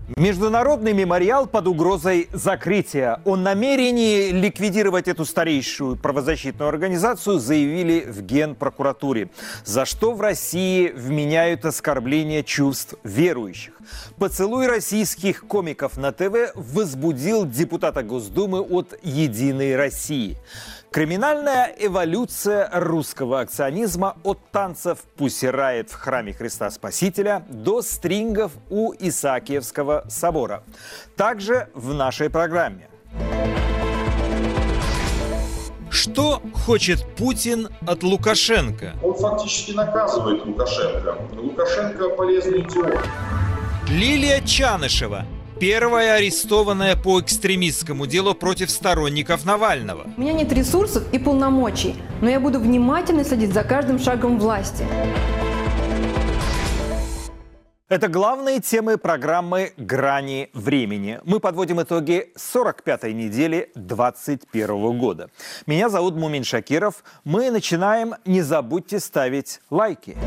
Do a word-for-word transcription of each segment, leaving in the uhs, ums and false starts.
Международный мемориал под угрозой закрытия. О намерении ликвидировать эту старейшую правозащитную организацию заявили в Генпрокуратуре, за что в России вменяют оскорбление чувств верующих. Поцелуй российских комиков на ТВ возбудил депутата Госдумы от «Единой России». Криминальная эволюция русского акционизма от танцев «Пусси Райот» в храме Христа Спасителя до стрингов у Исаакиевского собора. Также в нашей программе. Что хочет Путин от Лукашенко? Он фактически наказывает Лукашенко. Лукашенко полезный идиот. Лилия Чанышева. Первая арестованная по экстремистскому делу против сторонников Навального. У меня нет ресурсов и полномочий, но я буду внимательно следить за каждым шагом власти. Это главные темы программы «Грани времени». Мы подводим итоги сорок пятой недели двадцать первого года. Меня зовут Мумин Шакиров. Мы начинаем. Не забудьте ставить лайки.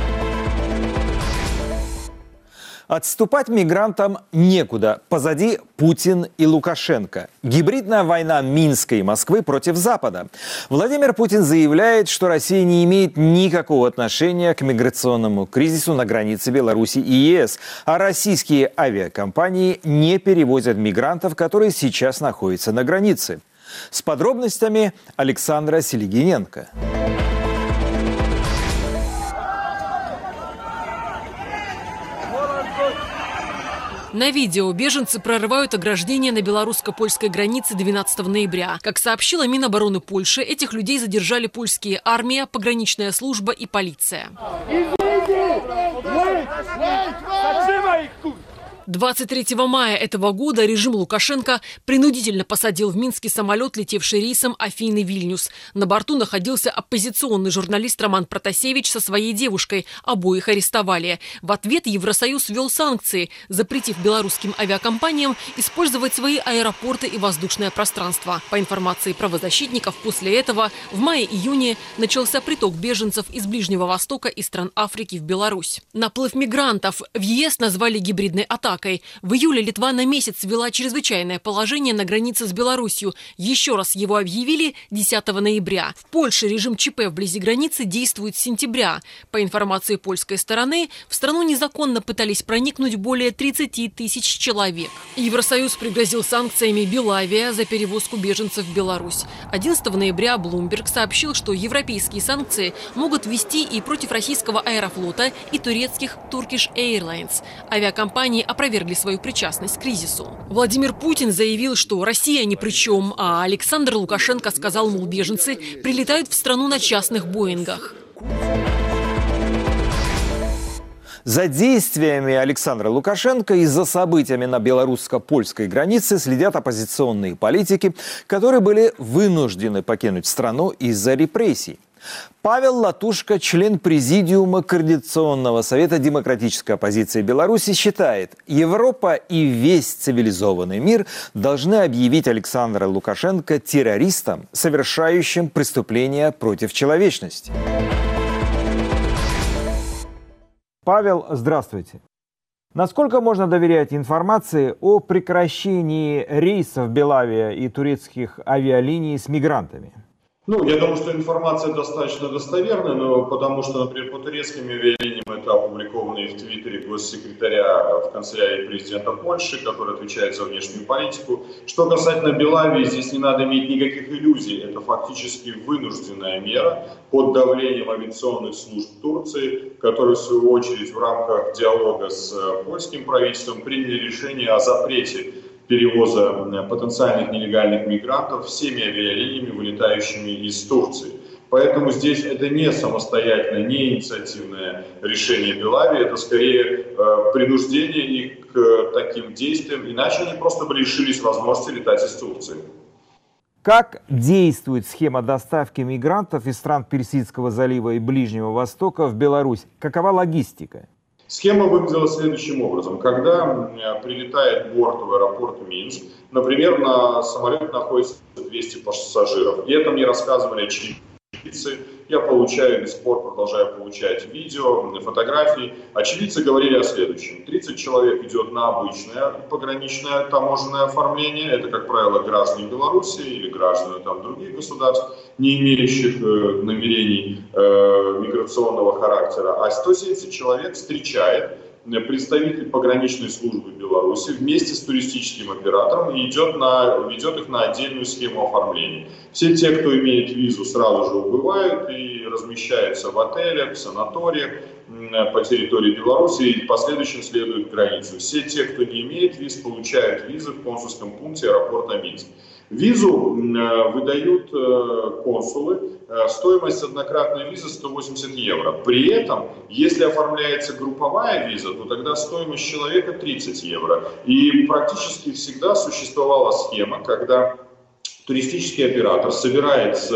Отступать мигрантам некуда. Позади Путин и Лукашенко. Гибридная война Минска и Москвы против Запада. Владимир Путин заявляет, что Россия не имеет никакого отношения к миграционному кризису на границе Беларуси и ЕС. А российские авиакомпании не перевозят мигрантов, которые сейчас находятся на границе. С подробностями Александра Селигиненко. На видео беженцы прорывают ограждение на белорусско-польской границе двенадцатого ноября. Как сообщила Минобороны Польши, этих людей задержали польские армия, пограничная служба и полиция. двадцать третьего мая этого года режим Лукашенко принудительно посадил в Минске самолет, летевший рейсом Афины-Вильнюс. На борту находился оппозиционный журналист Роман Протасевич со своей девушкой. Обоих арестовали. В ответ Евросоюз ввел санкции, запретив белорусским авиакомпаниям использовать свои аэропорты и воздушное пространство. По информации правозащитников, после этого в мае-июне начался приток беженцев из Ближнего Востока и стран Африки в Беларусь. Наплыв мигрантов в ЕС назвали гибридной атакой. В июле Литва на месяц ввела чрезвычайное положение на границе с Беларусью. Еще раз его объявили десятого ноября. В Польше режим ЧП вблизи границы действует с сентября. По информации польской стороны, в страну незаконно пытались проникнуть более тридцати тысяч человек. Евросоюз пригрозил санкциями Белавия за перевозку беженцев в Беларусь. одиннадцатого ноября Bloomberg сообщил, что европейские санкции могут ввести и против российского аэрофлота и турецких Turkish Airlines. Авиакомпании опровергли свою причастность к кризису. Владимир Путин заявил, что Россия ни при чем, а Александр Лукашенко сказал, мол, беженцы прилетают в страну на частных Боингах. За действиями Александра Лукашенко и за событиями на белорусско-польской границе следят оппозиционные политики, которые были вынуждены покинуть страну из-за репрессий. Павел Латушко, член Президиума Координационного совета демократической оппозиции Беларуси, считает, Европа и весь цивилизованный мир должны объявить Александра Лукашенко террористом, совершающим преступления против человечности. Павел, здравствуйте. Насколько можно доверять информации о прекращении рейсов Белавия и турецких авиалиний с мигрантами? Ну, я думаю, что информация достаточно достоверная, но потому что, например, по турецким авиалиниям это опубликованные в Твиттере госсекретаря в канцелярии президента Польши, который отвечает за внешнюю политику. Что касательно Белавии, здесь не надо иметь никаких иллюзий. Это фактически вынужденная мера под давлением авиационных служб Турции, которые, в свою очередь, в рамках диалога с польским правительством приняли решение о запрете перевоза потенциальных нелегальных мигрантов всеми авиалиниями, вылетающими из Турции. Поэтому здесь это не самостоятельное, не инициативное решение Белавии, это скорее э, принуждение их к таким действиям, иначе они просто бы лишились возможности летать из Турции. Как действует схема доставки мигрантов из стран Персидского залива и Ближнего Востока в Беларусь? Какова логистика? Схема выглядела следующим образом. Когда прилетает борт в аэропорт Минск, например, на самолете находится двести пассажиров, и это мне рассказывали очевидцы очевидцы. Я получаю до сих пор, продолжаю получать видео, фотографии. Очевидцы говорили о следующем. тридцать человек идет на обычное пограничное таможенное оформление. Это, как правило, граждане Беларуси или граждане там, других государств, не имеющих э, намерений э, миграционного характера. А сто семьдесят человек встречает представитель пограничной службы Беларуси вместе с туристическим оператором и идет на, ведет их на отдельную схему оформления. Все те, кто имеет визу, сразу же убывают и размещаются в отелях, в санаториях по территории Беларуси и в последующем следуют границу. Все те, кто не имеет виз, получают визы в консульском пункте аэропорта Минск. Визу выдают консулы, стоимость однократной визы сто восемьдесят евро. При этом, если оформляется групповая виза, то тогда стоимость человека тридцать евро. И практически всегда существовала схема, когда туристический оператор собирает с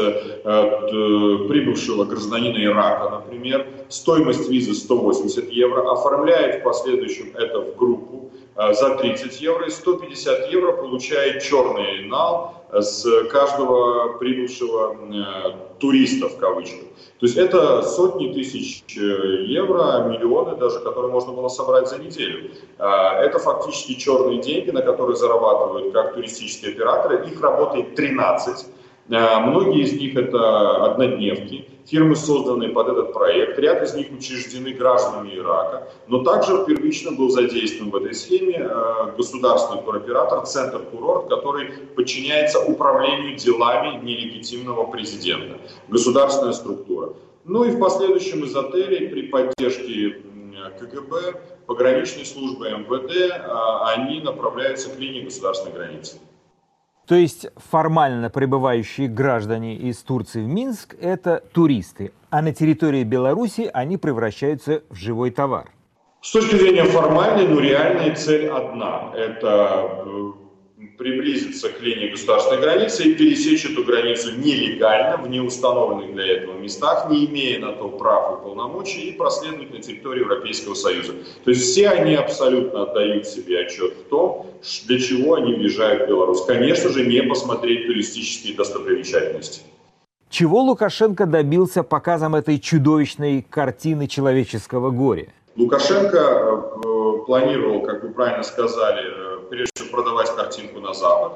э, прибывшего гражданина Ирака, например, стоимость визы сто восемьдесят евро, оформляет в последующем это в группу э, за тридцать евро, и сто пятьдесят евро получает черный нал с каждого прибывшего э, туриста в кавычках. То есть это сотни тысяч евро, миллионы даже, которые можно было собрать за неделю. Это фактически черные деньги, на которые зарабатывают как туристические операторы. Их работает тринадцать. Многие из них это однодневки, фирмы, созданные под этот проект. Ряд из них учреждены гражданами Ирака. Но также первично был задействован в этой схеме государственный туроператор «Центр Курорт», который подчиняется управлению делами нелегитимного президента. Государственная структура. Ну и в последующем из отелей при поддержке КГБ, пограничной службы эм вэ дэ, они направляются к линии государственной границы. То есть формально прибывающие граждане из Турции в Минск – это туристы, а на территории Беларуси они превращаются в живой товар. С точки зрения формальной, но реальная цель одна – это приблизиться к линии государственной границы и пересечь эту границу нелегально, в неустановленных для этого местах, не имея на то прав и полномочий, и проследовать на территории Европейского Союза. То есть все они абсолютно отдают себе отчет в том, для чего они въезжают в Беларусь. Конечно же, не посмотреть туристические достопримечательности. Чего Лукашенко добился показом этой чудовищной картины человеческого горя? Лукашенко планировал, как вы правильно сказали, прежде всего продавать картинку на Запад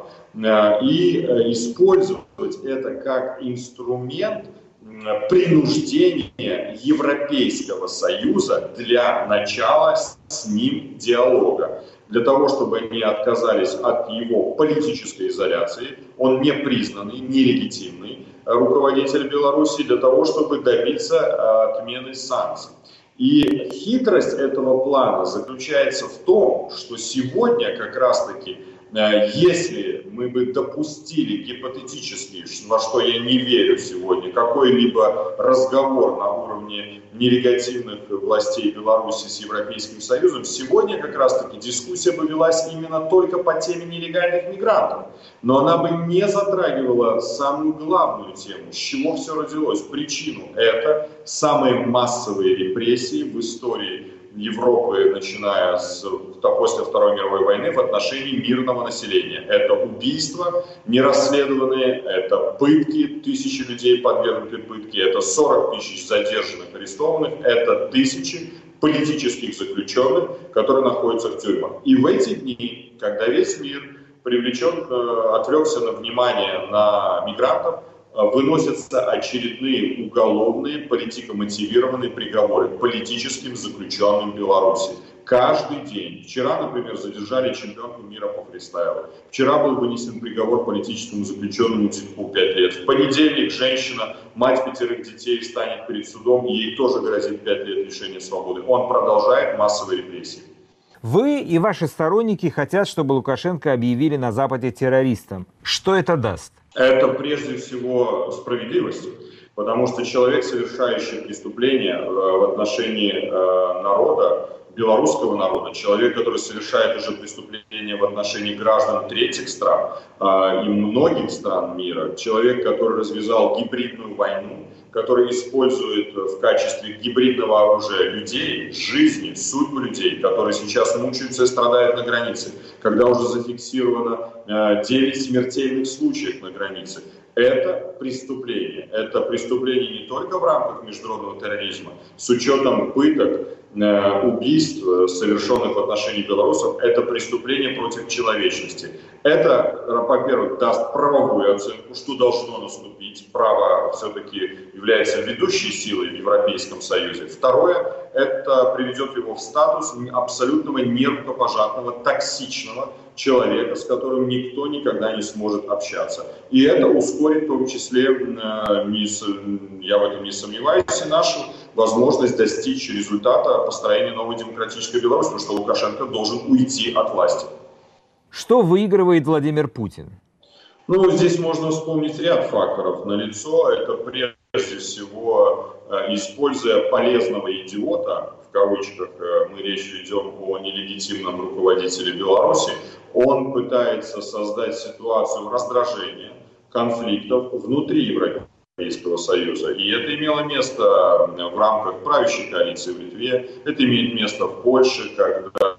и использовать это как инструмент принуждения Европейского Союза для начала с ним диалога. Для того, чтобы они отказались от его политической изоляции, он не признанный, нелегитимный руководитель Беларуси, для того, чтобы добиться отмены санкций. И хитрость этого плана заключается в том, что сегодня как раз-таки, если мы бы допустили гипотетически, во что я не верю сегодня, какой-либо разговор на уровне нелегативных властей Беларуси с Европейским Союзом, сегодня как раз-таки дискуссия бы велась именно только по теме нелегальных мигрантов. Но она бы не затрагивала самую главную тему, с чего все родилось, причину. Это самые массовые репрессии в истории Европы, начиная с, после Второй мировой войны, в отношении мирного населения. Это убийства нерасследованные, это пытки, тысячи людей подвергнуты пытке, это сорок тысяч задержанных, арестованных, это тысячи политических заключенных, которые находятся в тюрьмах. И в эти дни, когда весь мир привлечен, отвлекся на внимание на мигрантов, выносятся очередные уголовные, политико-мотивированные приговоры политическим заключенным Беларуси. Каждый день. Вчера, например, задержали чемпионку мира по фристайлу. Вчера был вынесен приговор политическому заключенному Титку пять лет. В понедельник женщина, мать пятерых детей, станет перед судом, ей тоже грозит пять лет лишения свободы. Он продолжает массовые репрессии. Вы и ваши сторонники хотят, чтобы Лукашенко объявили на Западе террористом. Что это даст? Это прежде всего справедливость, потому что человек, совершающий преступление в отношении народа, белорусского народа, человек, который совершает уже преступления в отношении граждан третьих стран и многих стран мира, человек, который развязал гибридную войну который использует в качестве гибридного оружия людей, жизни, судьбы людей, которые сейчас мучаются и страдают на границе, когда уже зафиксировано девять смертельных случаев на границе. Это преступление. Это преступление не только в рамках международного терроризма, с учетом пыток, убийств, совершенных в отношении белорусов, это преступление против человечности. Это, во-первых, даст правовую оценку, что должно наступить. Право все-таки является ведущей силой в Европейском Союзе. Второе, это приведет его в статус абсолютного нерукопожатного, токсичного человека, с которым никто никогда не сможет общаться. И это ускорит в том числе, я в этом не сомневаюсь, и нашу возможность достичь результата построения новой демократической Беларуси, потому что Лукашенко должен уйти от власти. Что выигрывает Владимир Путин? Ну, здесь можно вспомнить ряд факторов налицо. Это прежде всего, используя полезного идиота, в кавычках мы речь ведем о нелегитимном руководителе Беларуси, он пытается создать ситуацию раздражения, конфликтов внутри Европейского Союза. И это имело место в рамках правящей коалиции в Литве, это имеет место в Польше, когда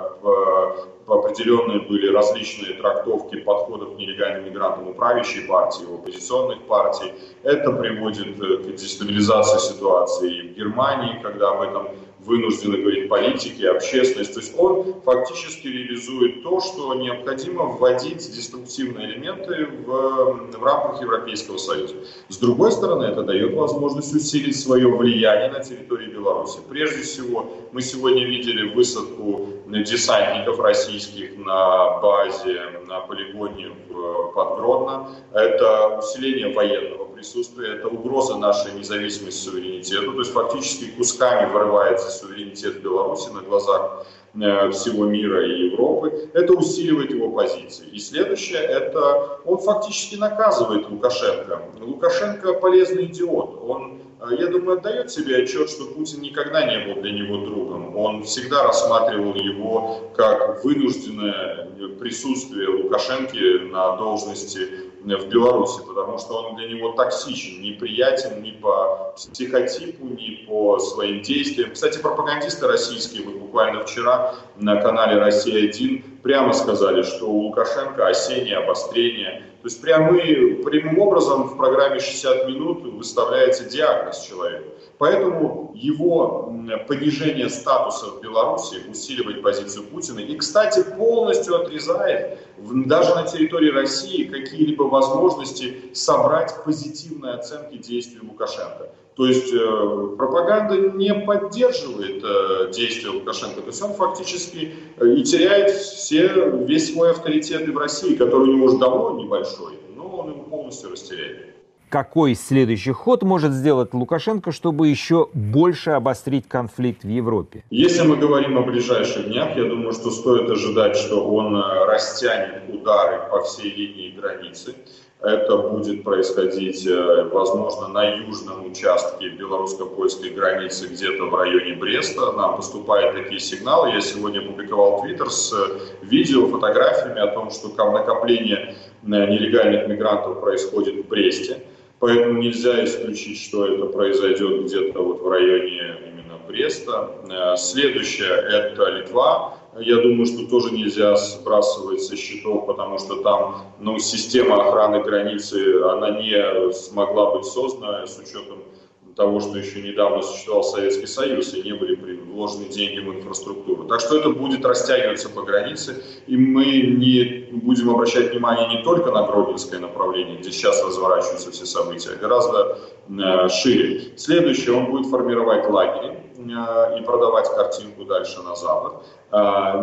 в определенные были различные трактовки подходов к нелегальным мигрантам у правящей партии, у оппозиционных партий. Это приводит к дестабилизации ситуации и в Германии, когда об этом вынуждены говорить политики, общественность. То есть он фактически реализует то, что необходимо вводить деструктивные элементы в, в рамках Европейского Союза. С другой стороны, это дает возможность усилить свое влияние на территории Беларуси. Прежде всего, мы сегодня видели высадку десантников российских на базе, на полигоне под Гродно. Это усиление военного присутствия, это угроза нашей независимости, суверенитету. То есть фактически кусками вырывается суверенитет Беларуси на глазах всего мира и Европы. Это усиливает его позиции. И следующее, это он фактически наказывает Лукашенко. Лукашенко полезный идиот. Он, я думаю, отдает себе отчет, что Путин никогда не был для него другом. Он всегда рассматривал его как вынужденное присутствие Лукашенко на должности в Беларуси, потому что он для него токсичен, неприятен ни по психотипу, ни по своим действиям. Кстати, пропагандисты российские, вот буквально вчера на канале «Россия один» прямо сказали, что у Лукашенко осеннее обострение. То есть прямым, прямым образом в программе шестьдесят минут выставляется диагноз человеку. Поэтому его понижение статуса в Беларуси усиливает позицию Путина и, кстати, полностью отрезает даже на территории России какие-либо возможности собрать позитивные оценки действий Лукашенко. То есть э, пропаганда не поддерживает э, действия Лукашенко. То есть он фактически э, и теряет все, весь свой авторитет и в России, который у него уже давно небольшой, но он его полностью растеряет. Какой следующий ход может сделать Лукашенко, чтобы еще больше обострить конфликт в Европе? Если мы говорим о ближайших днях, я думаю, что стоит ожидать, что он растянет удары по всей линии границы. Это будет происходить, возможно, на южном участке белорусско-польской границы, где-то в районе Бреста. Нам поступают такие сигналы. Я сегодня опубликовал твиттер с видео, фотографиями о том, что накопление нелегальных мигрантов происходит в Бресте. Поэтому нельзя исключить, что это произойдет где-то вот в районе именно Бреста. Следующее – это Литва. Я думаю, что тоже нельзя сбрасывать со счетов, потому что там ну, система охраны границы, она не смогла быть создана с учетом того, что еще недавно существовал Советский Союз и не были вложены деньги в инфраструктуру. Так что это будет растягиваться по границе, и мы не будем обращать внимание не только на Гродненское направление, где сейчас разворачиваются все события, а гораздо э, шире. Следующее, он будет формировать лагеря э, и продавать картинку дальше на запад. Э,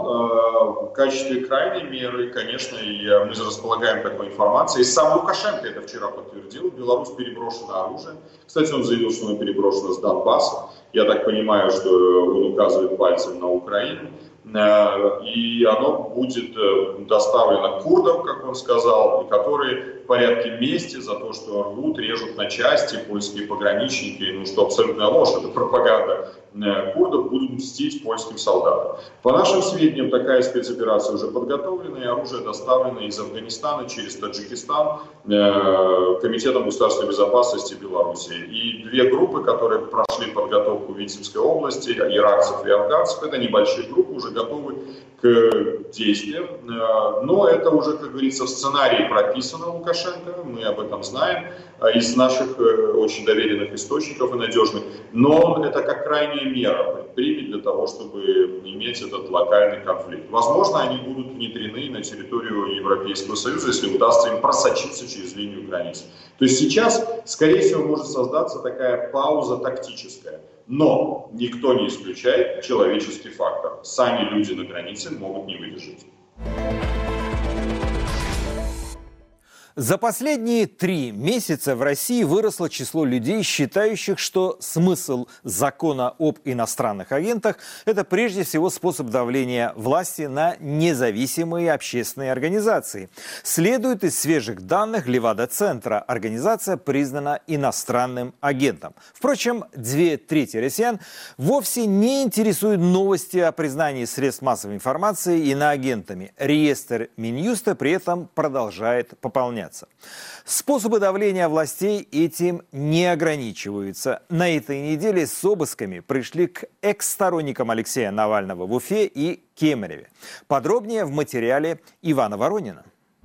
но э, в качестве крайней меры, конечно, я, мы располагаем такой информацией. Сам Лукашенко это вчера подтвердил. В Беларусь переброшено оружие. Кстати, он заявил, что оно переброшено с Донбасса. Я так понимаю, что он указывает пальцем на Украину. И оно будет доставлено курдам, как он сказал, которые в порядке мести за то, что рвут, режут на части польские пограничники, ну что абсолютная ложь, это пропаганда курдов будут мстить польским солдатам. По нашим сведениям, такая спецоперация уже подготовлена, и оружие доставлено из Афганистана через Таджикистан Комитетом государственной безопасности Беларуси. И две группы, которые прошли подготовку в Витебской области, иракцев и афганцев, это небольшие группы, уже готовы к действиям. Но это уже, как говорится, в сценарии прописано Лукашенко, мы об этом знаем из наших очень доверенных источников и надежных. Но это как крайняя мера предпримет для того, чтобы иметь этот локальный конфликт. Возможно, они будут внедрены на территорию Европейского Союза, если удастся им просочиться через линию границ. То есть сейчас, скорее всего, может создаться такая пауза тактическая. Но никто не исключает человеческий фактор. Сами люди на границе могут не выдержать. За последние три месяца в России выросло число людей, считающих, что смысл закона об иностранных агентах – это прежде всего способ давления власти на независимые общественные организации. Следует из свежих данных Левада-центра. Организация признана иностранным агентом. Впрочем, две трети россиян вовсе не интересуют новости о признании средств массовой информации иноагентами. Реестр Минюста при этом продолжает пополняться. Способы давления властей этим не ограничиваются. На этой неделе с обысками пришли к экс-сторонникам Алексея Навального в Уфе и Кемерове. Подробнее в материале Ивана Воронина.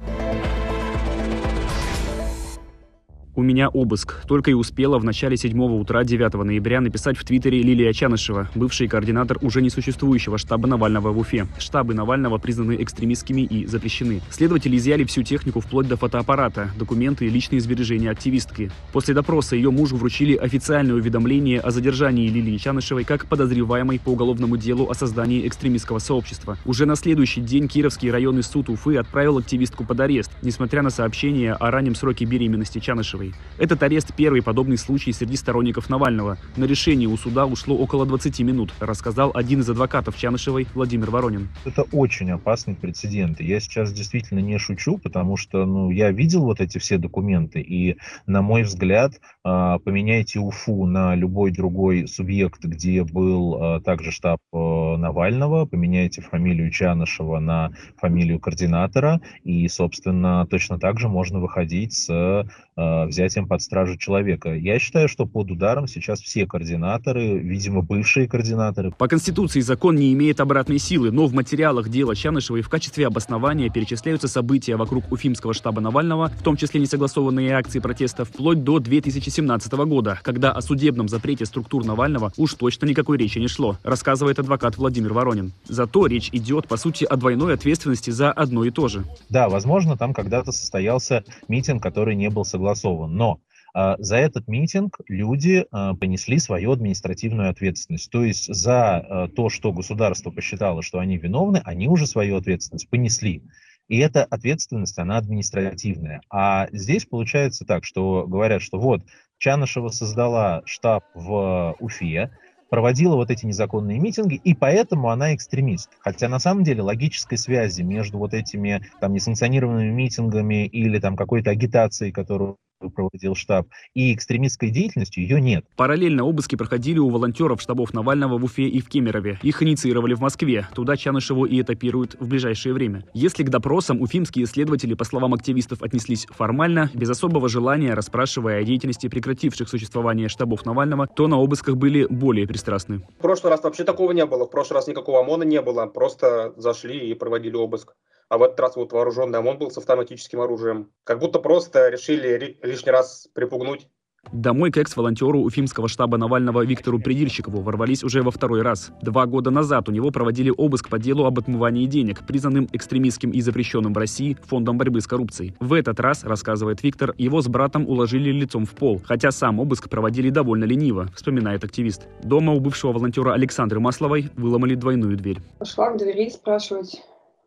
У меня обыск. Только и успела в начале седьмого утра девятого ноября написать в Твиттере Лилия Чанышева, бывший координатор уже несуществующего штаба Навального в Уфе. Штабы Навального признаны экстремистскими и запрещены. Следователи изъяли всю технику вплоть до фотоаппарата, документы и личные сбережения активистки. После допроса ее мужу вручили официальное уведомление о задержании Лилии Чанышевой как подозреваемой по уголовному делу о создании экстремистского сообщества. Уже на следующий день Кировский районный суд Уфы отправил активистку под арест, несмотря на сообщение о раннем сроке беременности Чанышевой. Этот арест – первый подобный случай среди сторонников Навального. На решение у суда ушло около двадцати минут, рассказал один из адвокатов Чанышевой Владимир Воронин. Это очень опасный прецедент. Я сейчас действительно не шучу, потому что ну, я видел вот эти все документы, и, на мой взгляд, поменяйте Уфу на любой другой субъект, где был также штаб Навального, поменяйте фамилию Чанышева на фамилию координатора, и, собственно, точно так же можно выходить с взятием под стражу человека. Я считаю, что под ударом сейчас все координаторы, видимо, бывшие координаторы. По Конституции закон не имеет обратной силы, но в материалах дела Чанышевой в качестве обоснования перечисляются события вокруг уфимского штаба Навального, в том числе несогласованные акции протеста, вплоть до две тысячи семнадцатого года, когда о судебном запрете структур Навального уж точно никакой речи не шло, рассказывает адвокат Владимир Воронин. Зато речь идет, по сути, о двойной ответственности за одно и то же. Да, возможно, там когда-то состоялся митинг, который не был согласован, но за этот митинг люди понесли свою административную ответственность. То есть за то, что государство посчитало, что они виновны, они уже свою ответственность понесли. И эта ответственность, она административная. А здесь получается так, что говорят, что вот Чанышева создала штаб в Уфе, проводила вот эти незаконные митинги, и поэтому она экстремист. Хотя на самом деле логической связи между вот этими там несанкционированными митингами или там какой-то агитацией, которую проводил штаб, и экстремистской деятельностью ее нет. Параллельно обыски проходили у волонтеров штабов Навального в Уфе и в Кемерове. Их инициировали в Москве. Туда Чанышеву и этапируют в ближайшее время. Если к допросам уфимские следователи, по словам активистов, отнеслись формально, без особого желания, расспрашивая о деятельности прекративших существование штабов Навального, то на обысках были более пристрастны. В прошлый раз вообще такого не было. В прошлый раз никакого ОМОНа не было. Просто зашли и проводили обыск. А в этот раз вот вооруженный ОМОН был с автоматическим оружием. Как будто просто решили лишний раз припугнуть. Домой к экс-волонтеру уфимского штаба Навального Виктору Придильщикову ворвались уже во второй раз. Два года назад у него проводили обыск по делу об отмывании денег, признанным экстремистским и запрещенным в России Фондом борьбы с коррупцией. В этот раз, рассказывает Виктор, его с братом уложили лицом в пол, хотя сам обыск проводили довольно лениво, вспоминает активист. Дома у бывшего волонтера Александры Масловой выломали двойную дверь. Пошла к двери спрашивать,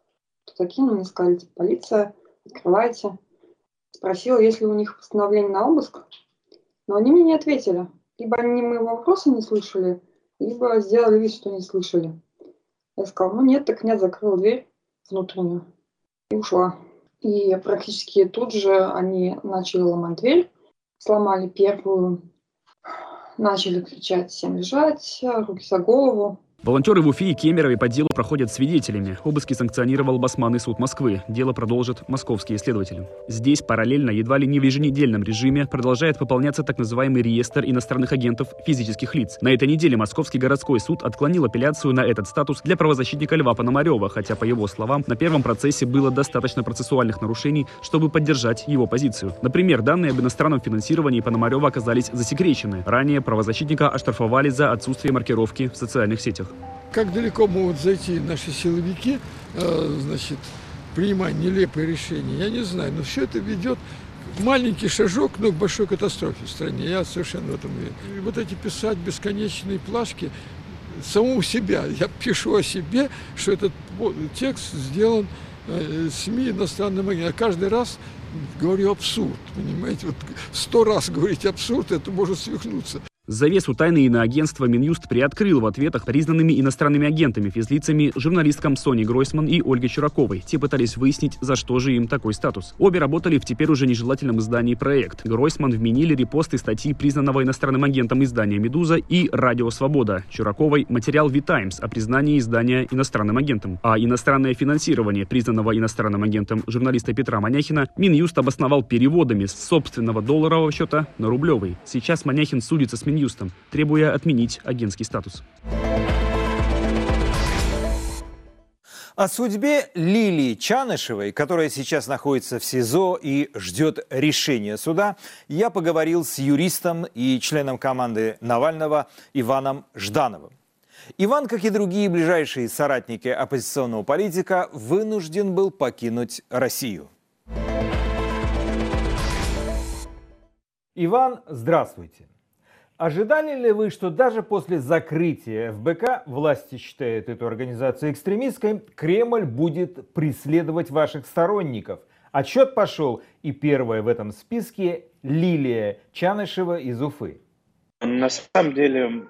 кто такие, мне сказали, типа, полиция, открывайте. Спросила, есть ли у них постановление на обыск. Но они мне не ответили. Либо они моего вопроса не слышали, либо сделали вид, что не слышали. Я сказала, ну нет, так нет, закрыла дверь внутреннюю и ушла. И практически тут же они начали ломать дверь, сломали первую начали кричать «всем лежать», «руки за голову». Волонтеры в Уфе и Кемерове по делу проходят свидетелями. Обыски санкционировал Басманный суд Москвы. Дело продолжат московские следователи. Здесь параллельно, едва ли не в еженедельном режиме, продолжает выполняться так называемый реестр иностранных агентов физических лиц. На этой неделе Московский городской суд отклонил апелляцию на этот статус для правозащитника Льва Пономарева, хотя, по его словам, на первом процессе было достаточно процессуальных нарушений, чтобы поддержать его позицию. Например, данные об иностранном финансировании Пономарева оказались засекречены. Ранее правозащитника оштрафовали за отсутствие маркировки в социальных сетях. Как далеко могут зайти наши силовики, значит, принимая нелепые решения, я не знаю. Но все это ведет маленький шажок, но к большой катастрофе в стране. Я совершенно в этом уверен. И вот эти писать бесконечные плашки самому себя. Я пишу о себе, что этот текст сделан СМИ иностранным агентом. Каждый раз говорю абсурд, понимаете? Вот сто раз говорить абсурд, это может свихнуться. Завесу тайны иноагентства Минюст приоткрыл в ответах признанными иностранными агентами физлицами журналисткам Соне Гройсман и Ольге Чураковой. Те пытались выяснить, за что же им такой статус. Обе работали в теперь уже нежелательном издании «Проект». Гройсман вменили репосты статьи признанного иностранным агентом издания «Медуза» и «Радио Свобода». Чураковой – материал «Ви-Таймс» о признании издания иностранным агентом. А иностранное финансирование признанного иностранным агентом журналиста Петра Маняхина Минюст обосновал переводами с собственного долларового счета на рублевый. Сейчас Маняхин судится с Минюстом, требуя отменить агентский статус. О судьбе Лилии Чанышевой, которая сейчас находится в СИЗО и ждет решения суда, я поговорил с юристом и членом команды Навального Иваном Ждановым. Иван, как и другие ближайшие соратники оппозиционного политика, вынужден был покинуть Россию. Иван, здравствуйте. Ожидали ли вы, что даже после закрытия эф бэ ка, власти считают эту организацию экстремистской, Кремль будет преследовать ваших сторонников? Отчет пошел, и первая в этом списке Лилия Чанышева из Уфы. На самом деле,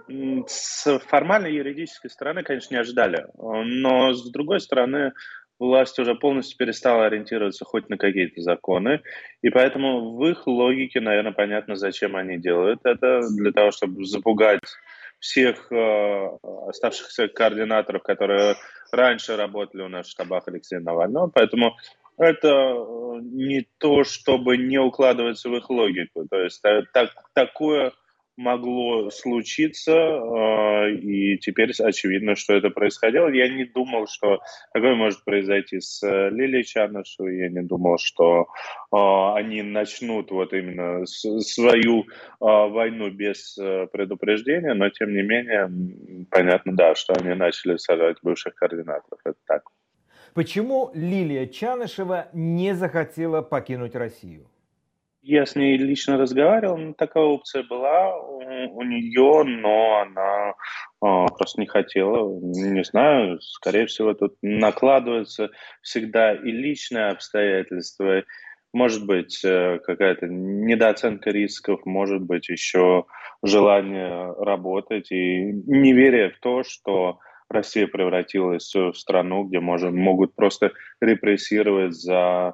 с формальной юридической стороны, конечно, не ожидали. Но с другой стороны, власть уже полностью перестала ориентироваться хоть на какие-то законы, и поэтому в их логике, наверное, понятно, зачем они делают это, для того, чтобы запугать всех э, оставшихся координаторов, которые раньше работали у нас в штабах Алексея Навального, поэтому это не то, чтобы не укладываться в их логику, то есть так, такое могло случиться, э, и теперь очевидно, что это происходило. Я не думал, что такое может произойти с Лилией Чанышевой, я не думал, что э, они начнут вот именно с, свою э, войну без э, предупреждения, но тем не менее, понятно, да, что они начали сажать бывших координаторов, это так. Почему Лилия Чанышева не захотела покинуть Россию? Я с ней лично разговаривал, такая опция была у, у нее, но она э, просто не хотела. Не знаю, скорее всего, тут накладываются всегда и личные обстоятельства, может быть, э, какая-то недооценка рисков, может быть, еще желание работать и неверие в то, что Россия превратилась в страну, где может, могут просто репрессировать за...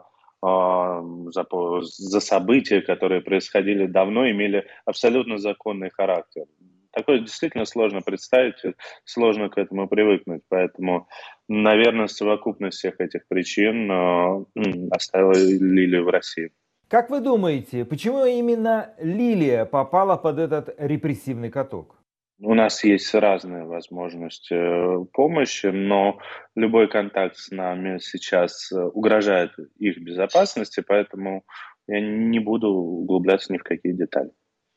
За, за события, которые происходили давно, имели абсолютно законный характер. Такое действительно сложно представить, сложно к этому привыкнуть. Поэтому, наверное, совокупность всех этих причин э, оставила Лилию в России. Как вы думаете, почему именно Лилия попала под этот репрессивный каток? У нас есть разные возможности помощи, но любой контакт с нами сейчас угрожает их безопасности, поэтому я не буду углубляться ни в какие детали.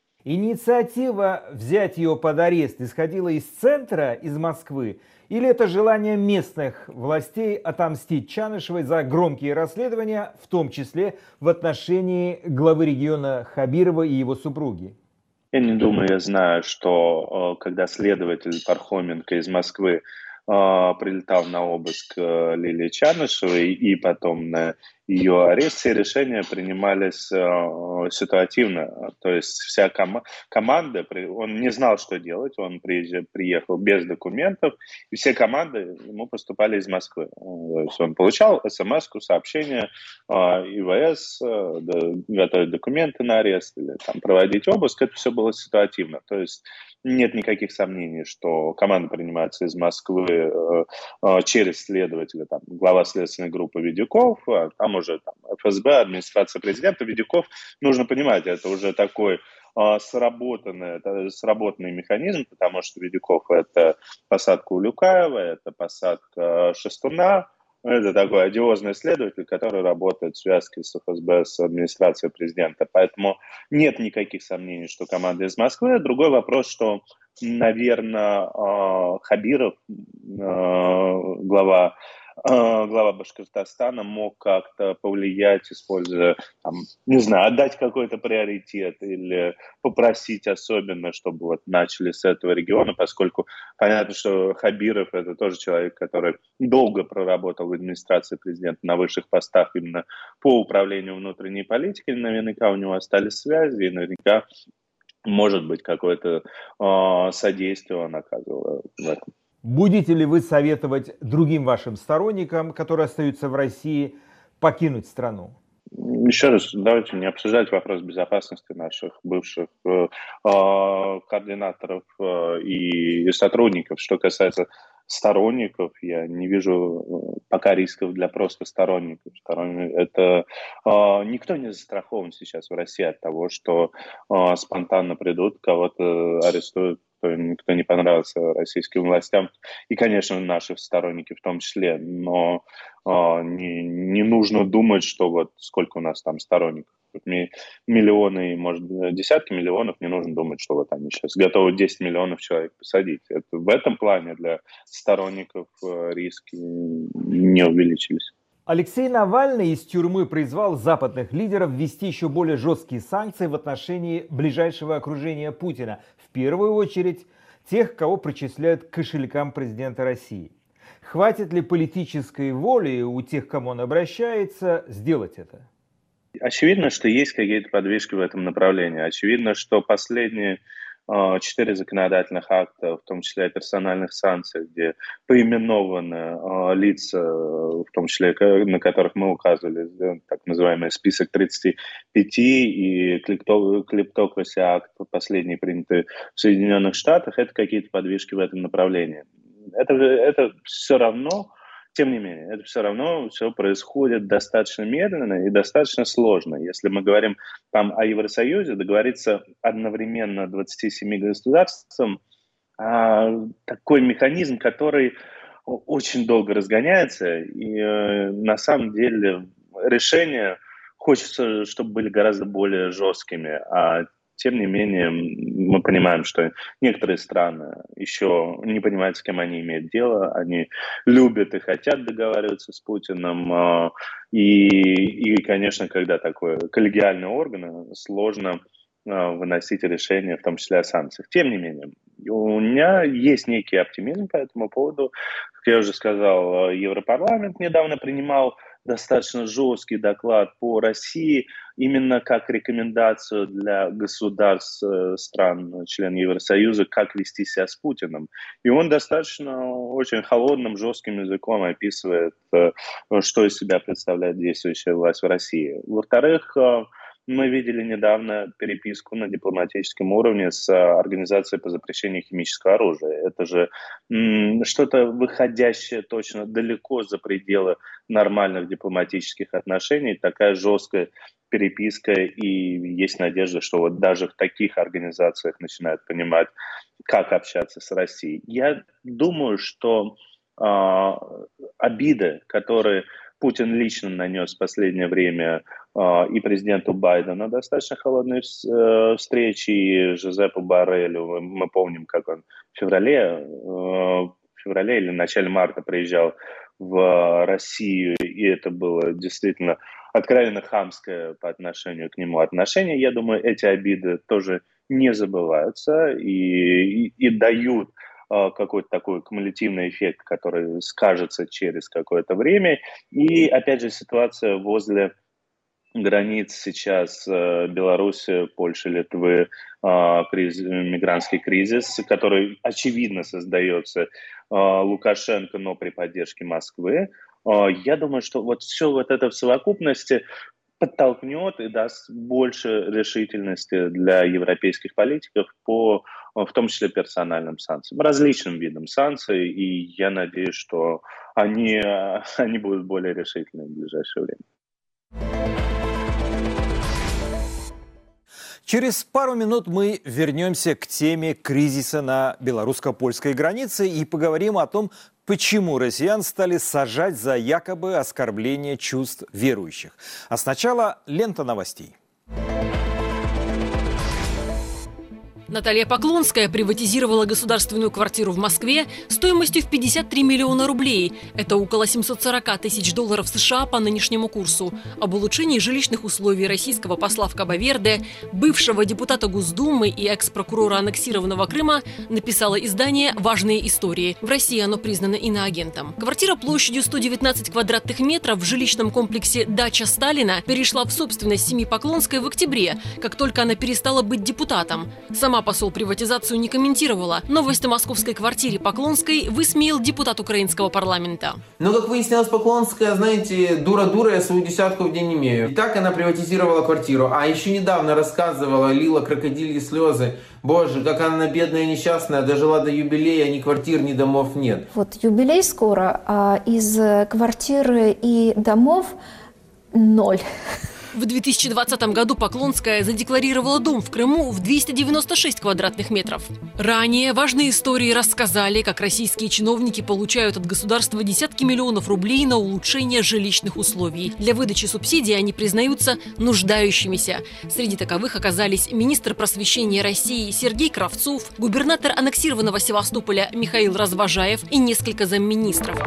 Инициатива взять ее под арест исходила из центра, из Москвы, или это желание местных властей отомстить Чанышевой за громкие расследования, в том числе в отношении главы региона Хабирова и его супруги? Я не думаю, я знаю, что когда следователь Пархоменко из Москвы прилетал на обыск Лилии Чанышевой и потом на ее арест, все решения принимались э, ситуативно. То есть вся ком- команда, он не знал, что делать, он приезжал, приехал без документов, и все команды ему поступали из Москвы. То есть он получал смс-ку, сообщение, э, ИВС, э, готовить документы на арест или там, проводить обыск, это все было ситуативно. То есть нет никаких сомнений, что команда принимается из Москвы э, э, через следователя, там, глава следственной группы Видюков, а там уже там, эф эс бэ, администрация президента. Видюков, нужно понимать, это уже такой э, сработанный, это сработанный механизм, потому что Видюков — это посадка Улюкаева, это посадка Шестуна. Это такой одиозный следователь, который работает в связке с эф эс бэ, с администрацией президента. Поэтому нет никаких сомнений, что команда из Москвы. Другой вопрос, что, наверное, Хабиров, глава, глава Башкортостана, мог как-то повлиять, используя, там, не знаю, отдать какой-то приоритет или попросить особенно, чтобы вот начали с этого региона, поскольку понятно, что Хабиров — это тоже человек, который долго проработал в администрации президента на высших постах именно по управлению внутренней политикой. Наверняка у него остались связи, и наверняка, может быть, какое-то э, содействие он оказывал в этом. Будете ли вы советовать другим вашим сторонникам, которые остаются в России, покинуть страну? Еще раз, давайте не обсуждать вопрос безопасности наших бывших э, координаторов э, и сотрудников. Что касается сторонников, я не вижу пока рисков для просто сторонников. Сторонник, это э, никто не застрахован сейчас в России от того, что э, спонтанно придут, кого-то арестуют, кто, кто не понравился российским властям, и, конечно, наши сторонники в том числе, но э, не, не нужно думать, что вот сколько у нас там сторонников, миллионы, может, десятки миллионов, не нужно думать, что вот они сейчас готовы десять миллионов человек посадить. Это, в этом плане для сторонников э, риски не увеличились. Алексей Навальный из тюрьмы призвал западных лидеров ввести еще более жесткие санкции в отношении ближайшего окружения Путина. В первую очередь тех, кого причисляют к кошелькам президента России. Хватит ли политической воли у тех, к кому он обращается, сделать это? Очевидно, что есть какие-то подвижки в этом направлении. Очевидно, что последние четыре законодательных акта, в том числе о персональных санкциях, где поименованы э, лица, в том числе на которых мы указывали, так называемый список тридцати пяти, и клиптокраси акт, последний принятый в Соединенных Штатах, это какие-то подвижки в этом направлении. Это, это все равно, тем не менее, это все равно все происходит достаточно медленно и достаточно сложно. Если мы говорим там о Евросоюзе, договориться одновременно двадцати семи государствам, а, такой механизм, который очень долго разгоняется, и э, на самом деле решения хочется, чтобы были гораздо более жесткими, а тем не менее, мы понимаем, что некоторые страны еще не понимают, с кем они имеют дело. Они любят и хотят договариваться с Путиным. И, и конечно, когда такой коллегиальный орган, сложно выносить решения, в том числе о санкциях. Тем не менее, у меня есть некий оптимизм по этому поводу. Как я уже сказал, Европарламент недавно принимал достаточно жесткий доклад по России, именно как рекомендацию для государств, стран, членов Евросоюза, как вести себя с Путиным. И он достаточно очень холодным, жестким языком описывает, что из себя представляет действующая власть в России. Во-вторых, мы видели недавно переписку на дипломатическом уровне с Организацией по запрещению химического оружия. Это же м, что-то выходящее точно далеко за пределы нормальных дипломатических отношений. Такая жесткая переписка, и есть надежда, что вот даже в таких организациях начинают понимать, как общаться с Россией. Я думаю, что э, обиды, которые Путин лично нанес в последнее время э, и президенту Байдену, достаточно холодные э, встречи, и Жозепу Борреллю, мы помним, как он в феврале, э, в феврале или в начале марта приезжал в Россию, и это было действительно откровенно хамское по отношению к нему отношение. Я думаю, эти обиды тоже не забываются и, и, и дают какой-то такой кумулятивный эффект, который скажется через какое-то время. И, опять же, ситуация возле границ сейчас Беларуси, Польши, Литвы, кризис, мигрантский кризис, который, очевидно, создается Лукашенко, но при поддержке Москвы. Я думаю, что вот все вот это в совокупности подтолкнет и даст больше решительности для европейских политиков по, в том числе, персональным санкциям, различным видам санкций, и я надеюсь, что они, они будут более решительны в ближайшее время. Через пару минут мы вернемся к теме кризиса на белорусско-польской границе и поговорим о том, почему россиян стали сажать за якобы оскорбление чувств верующих. А сначала лента новостей. Наталья Поклонская приватизировала государственную квартиру в Москве стоимостью в пятьдесят три миллиона рублей. Это около семьсот сорок тысяч долларов США по нынешнему курсу. Об улучшении жилищных условий российского посла в Кабо-Верде, бывшего депутата Госдумы и экс-прокурора аннексированного Крыма написало издание «Важные истории». В России оно признано иноагентом. Квартира площадью сто девятнадцать квадратных метров в жилищном комплексе «Дача Сталина» перешла в собственность семьи Поклонской в октябре, как только она перестала быть депутатом. Сама посол приватизацию не комментировала. Новость о московской квартире Поклонской высмеял депутат украинского парламента. Но, как выяснилось, Поклонская, знаете, дура-дура, я свою десятку в день имею. И так она приватизировала квартиру. А еще недавно рассказывала, лила крокодильи слезы. Боже, как она бедная, несчастная, дожила до юбилея, ни квартир, ни домов нет. Вот юбилей скоро, а из квартиры и домов ноль. В две тысячи двадцатом году Поклонская задекларировала дом в Крыму в двести девяносто шесть квадратных метров. Ранее важные истории рассказали, как российские чиновники получают от государства десятки миллионов рублей на улучшение жилищных условий. Для выдачи субсидий они признаются нуждающимися. Среди таковых оказались министр просвещения России Сергей Кравцов, губернатор аннексированного Севастополя Михаил Развожаев и несколько замминистров.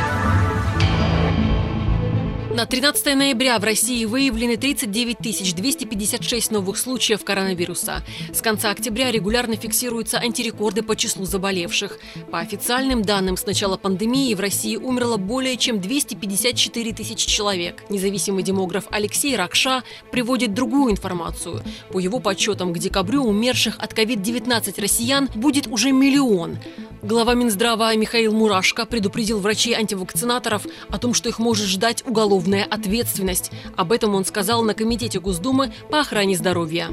На тринадцатое ноября в России выявлены тридцать девять тысяч двести пятьдесят шесть новых случаев коронавируса. С конца октября регулярно фиксируются антирекорды по числу заболевших. По официальным данным, с начала пандемии в России умерло более чем двести пятьдесят четыре тысячи человек. Независимый демограф Алексей Ракша приводит другую информацию. По его подсчетам, к декабрю умерших от ковид девятнадцать россиян будет уже миллион. Глава Минздрава Михаил Мурашко предупредил врачей-антивакцинаторов о том, что их может ждать уголовная ответственность. Об этом он сказал на Комитете Госдумы по охране здоровья.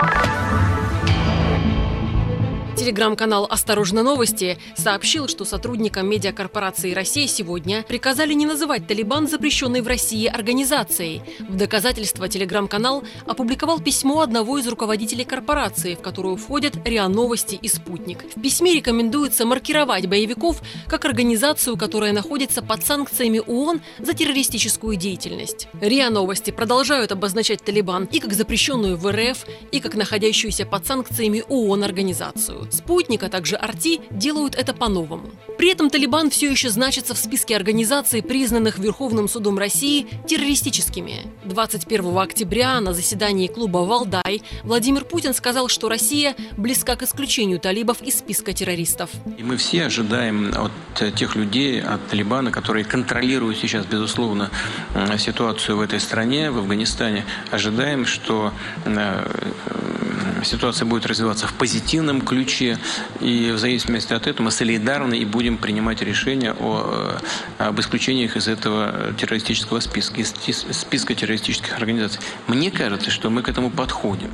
Телеграм-канал «Осторожно, новости» сообщил, что сотрудникам медиакорпорации «Россия сегодня» приказали не называть Талибан запрещенной в России организацией. В доказательство телеграм-канал опубликовал письмо одного из руководителей корпорации, в которую входят РИА Новости и «Спутник». В письме рекомендуется маркировать боевиков как организацию, которая находится под санкциями ООН за террористическую деятельность. РИА Новости продолжают обозначать Талибан и как запрещенную в РФ, и как находящуюся под санкциями ООН организацию. «Спутник», а также «Арти» делают это по-новому. При этом Талибан все еще значится в списке организаций, признанных Верховным судом России террористическими. двадцать первого октября на заседании клуба «Валдай» Владимир Путин сказал, что Россия близка к исключению талибов из списка террористов. И мы все ожидаем от тех людей, от Талибана, которые контролируют сейчас, безусловно, ситуацию в этой стране, в Афганистане, ожидаем, что ситуация будет развиваться в позитивном ключе, и в зависимости от этого мы солидарны и будем принимать решения о, об исключении их из этого террористического списка, из списка террористических организаций. Мне кажется, что мы к этому подходим.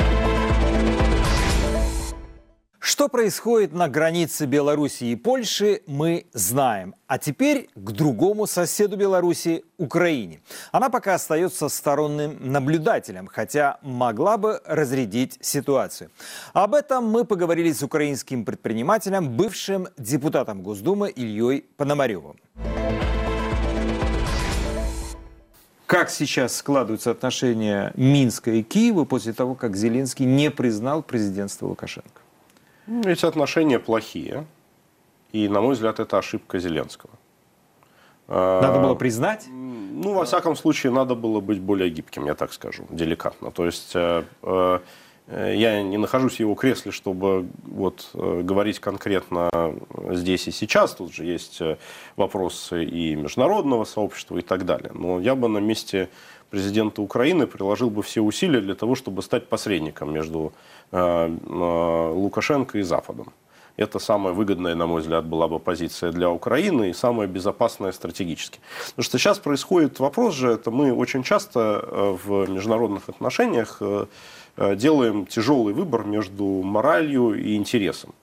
Что происходит на границе Беларуси и Польши, мы знаем. А теперь к другому соседу Беларуси – Украине. Она пока остается сторонним наблюдателем, хотя могла бы разрядить ситуацию. Об этом мы поговорили с украинским предпринимателем, бывшим депутатом Госдумы Ильей Пономаревым. Как сейчас складываются отношения Минска и Киева после того, как Зеленский не признал президентство Лукашенко? Эти отношения плохие, и, на мой взгляд, это ошибка Зеленского. Надо было признать? Ну, во всяком случае, надо было быть более гибким, я так скажу, деликатно. То есть, Я не нахожусь в его кресле, чтобы вот, говорить конкретно здесь и сейчас. Тут же есть вопросы и международного сообщества и так далее. Но я бы на месте президента Украины приложил бы все усилия для того, чтобы стать посредником между Лукашенко и Западом. Это самая выгодная, на мой взгляд, была бы позиция для Украины и самая безопасная стратегически. Потому что сейчас происходит вопрос же, это мы очень часто в международных отношениях делаем тяжелый выбор между моралью и интересом.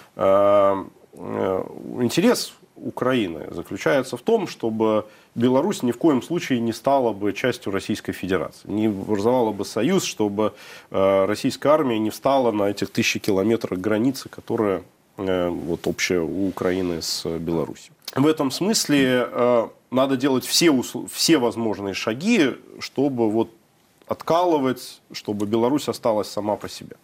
Интерес Украины заключается в том, чтобы Беларусь ни в коем случае не стала бы частью Российской Федерации, не образовала бы союз, чтобы российская армия не встала на этих тысячи километрах границы, которая вот, общая у Украины с Беларусью. В этом смысле надо делать все, все возможные шаги, чтобы вот откалывать, чтобы Беларусь осталась сама по себе.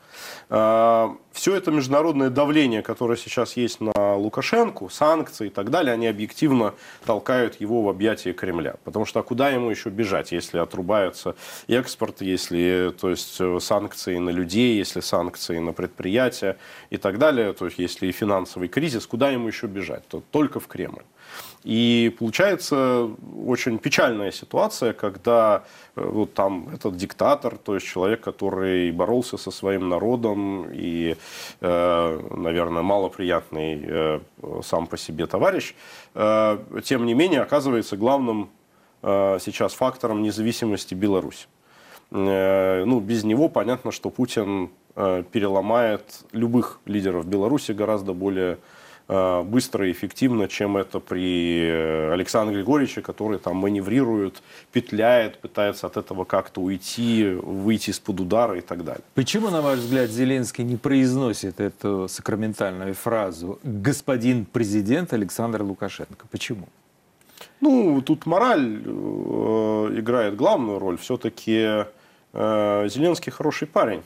Все это международное давление, которое сейчас есть на Лукашенко, санкции и так далее, они объективно толкают его в объятия Кремля. Потому что а куда ему еще бежать, если отрубаются экспорт, если то есть, санкции на людей, если санкции на предприятия и так далее, то есть если финансовый кризис, куда ему еще бежать? То только в Кремль. И получается очень печальная ситуация, когда вот там этот диктатор, то есть человек, который боролся со своим народом и, наверное, малоприятный сам по себе товарищ, тем не менее оказывается главным сейчас фактором независимости Беларуси. Ну, без него понятно, что Путин переломает любых лидеров Беларуси гораздо более быстро и эффективно, чем это при Александре Григорьевиче, который там маневрирует, петляет, пытается от этого как-то уйти, выйти из-под удара и так далее. Почему, на ваш взгляд, Зеленский не произносит эту сакраментальную фразу «господин президент Александр Лукашенко»? Почему? Ну, тут мораль э, играет главную роль. Все-таки э, Зеленский хороший парень.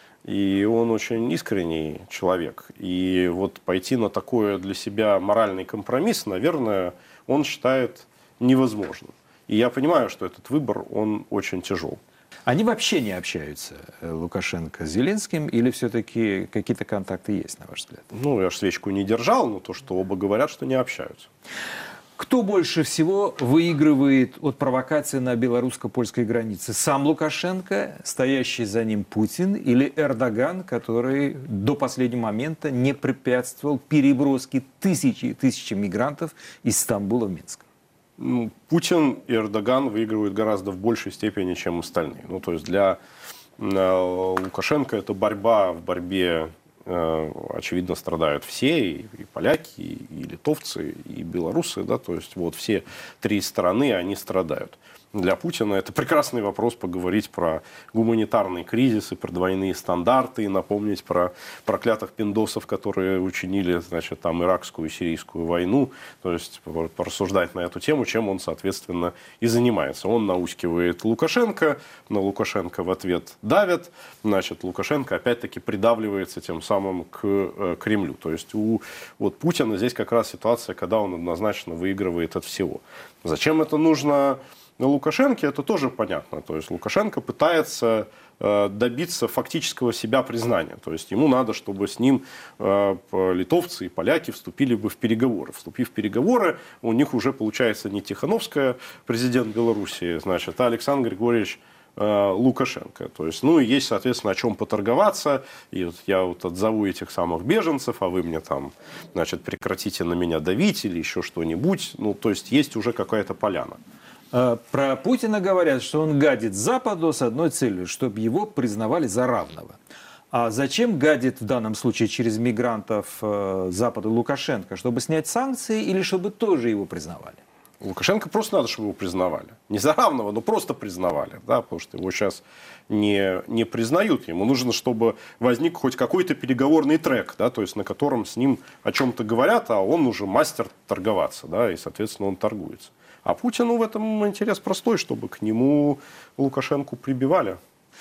И он очень искренний человек. И вот пойти на такой для себя моральный компромисс, наверное, он считает невозможным. И я понимаю, что этот выбор, он очень тяжел. Они вообще не общаются, Лукашенко с Зеленским, или все-таки какие-то контакты есть, на ваш взгляд? Ну, я же свечку не держал, но то, что оба говорят, что не общаются. Кто больше всего выигрывает от провокации на белорусско-польской границе? Сам Лукашенко, стоящий за ним Путин, или Эрдоган, который до последнего момента не препятствовал переброске тысячи и тысячи мигрантов из Стамбула в Минск? Путин и Эрдоган выигрывают гораздо в большей степени, чем остальные. Ну, то есть для Лукашенко это борьба в борьбе. Очевидно, страдают все, и, и поляки, и, и литовцы, и белорусы, да, то есть вот все три страны, они страдают. Для Путина это прекрасный вопрос поговорить про гуманитарный кризис и про двойные стандарты, и напомнить про проклятых пиндосов, которые учинили, значит, там иракскую и сирийскую войну, то есть порассуждать на эту тему, чем он, соответственно, и занимается. Он наускивает Лукашенко, на Лукашенко в ответ давят, значит, Лукашенко опять-таки придавливается тем самым к э, Кремлю. То есть у вот, Путина здесь как раз ситуация, когда он однозначно выигрывает от всего. Зачем это нужно? На Лукашенко это тоже понятно. То есть Лукашенко пытается э, добиться фактического себя признания. То есть ему надо, чтобы с ним э, литовцы и поляки вступили бы в переговоры. Вступив в переговоры, у них уже получается не Тихановская, президент Белоруссии, значит, а Александр Григорьевич э, Лукашенко. То есть, ну, и есть, соответственно, о чем поторговаться. И вот я вот отзову этих самых беженцев, а вы мне там, значит, прекратите на меня давить или еще что-нибудь. Ну, то есть, есть уже какая-то поляна. Про Путина говорят, что он гадит Западу с одной целью, чтобы его признавали за равного. А зачем гадит в данном случае через мигрантов Западу Лукашенко? Чтобы снять санкции или чтобы тоже его признавали? Лукашенко просто надо, чтобы его признавали. Не за равного, но просто признавали. Да, потому что его сейчас не, не признают. Ему нужно, чтобы возник хоть какой-то переговорный трек, да, то есть на котором с ним о чем-то говорят, а он уже мастер торговаться. Да, и, соответственно, он торгуется. А Путину в этом интерес простой, чтобы к нему Лукашенко прибивали.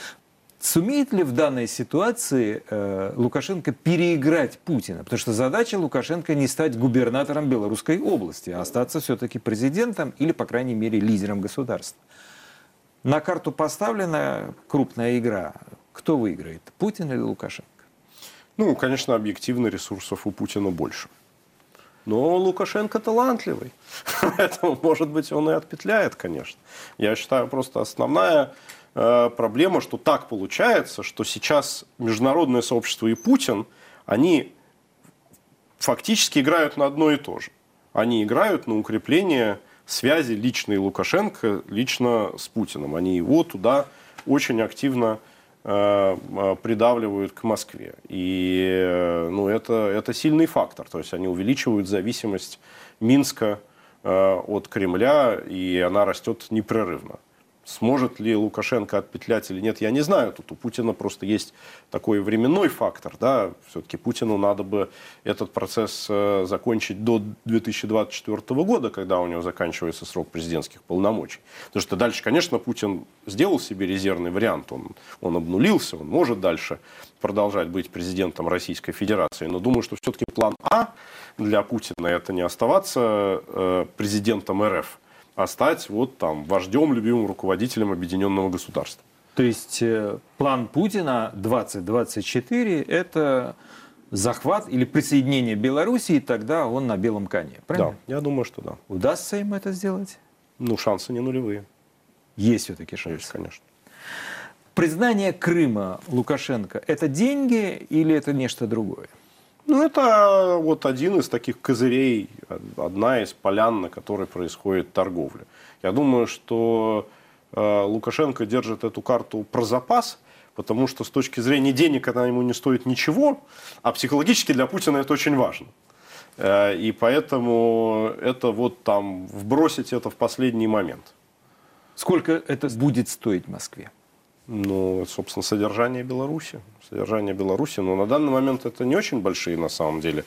Сумеет ли в данной ситуации э, Лукашенко переиграть Путина? Потому что задача Лукашенко не стать губернатором Белорусской области, а остаться все-таки президентом или, по крайней мере, лидером государства. На карту поставлена крупная игра. Кто выиграет, Путин или Лукашенко? Ну, конечно, объективно ресурсов у Путина больше. Но Лукашенко талантливый. Поэтому, может быть, он и отпетляет, конечно. Я считаю, просто основная э, проблема, что так получается, что сейчас международное сообщество и Путин, они фактически играют на одно и то же. Они играют на укрепление связи личной Лукашенко лично с Путиным. Они его туда очень активно э, придавливают к Москве. И э, ну, это, это сильный фактор. То есть они увеличивают зависимость Минска э, от Кремля, и она растет непрерывно. Сможет ли Лукашенко отпетлять или нет, я не знаю. Тут у Путина просто есть такой временной фактор. Да? Все-таки Путину надо бы этот процесс э, закончить до две тысячи двадцать четвёртого года, когда у него заканчивается срок президентских полномочий. Потому что дальше, конечно, Путин сделал себе резервный вариант. Он, он обнулился, он может дальше продолжать быть президентом Российской Федерации. Но думаю, что все-таки план А для Путина — это не оставаться э, президентом эр эф, а стать вот там вождем, любимым руководителем объединенного государства. То есть э, план Путина двадцать двадцать четыре – это захват или присоединение Белоруссии, тогда он на белом коне, правильно? Да, я думаю, что да. Удастся им это сделать? Ну, шансы не нулевые. Есть все-таки шансы? Есть, конечно. Признание Крыма Лукашенко – это деньги или это нечто другое? Ну, это вот один из таких козырей, одна из полян, на которой происходит торговля. Я думаю, что э, Лукашенко держит эту карту про запас, потому что с точки зрения денег она ему не стоит ничего, а психологически для Путина это очень важно. Э, и поэтому это вот там вбросить это в последний момент. Сколько это будет стоить Москве? Ну, собственно, содержание Беларуси. Содержание Беларуси. Но на данный момент это не очень большие, на самом деле,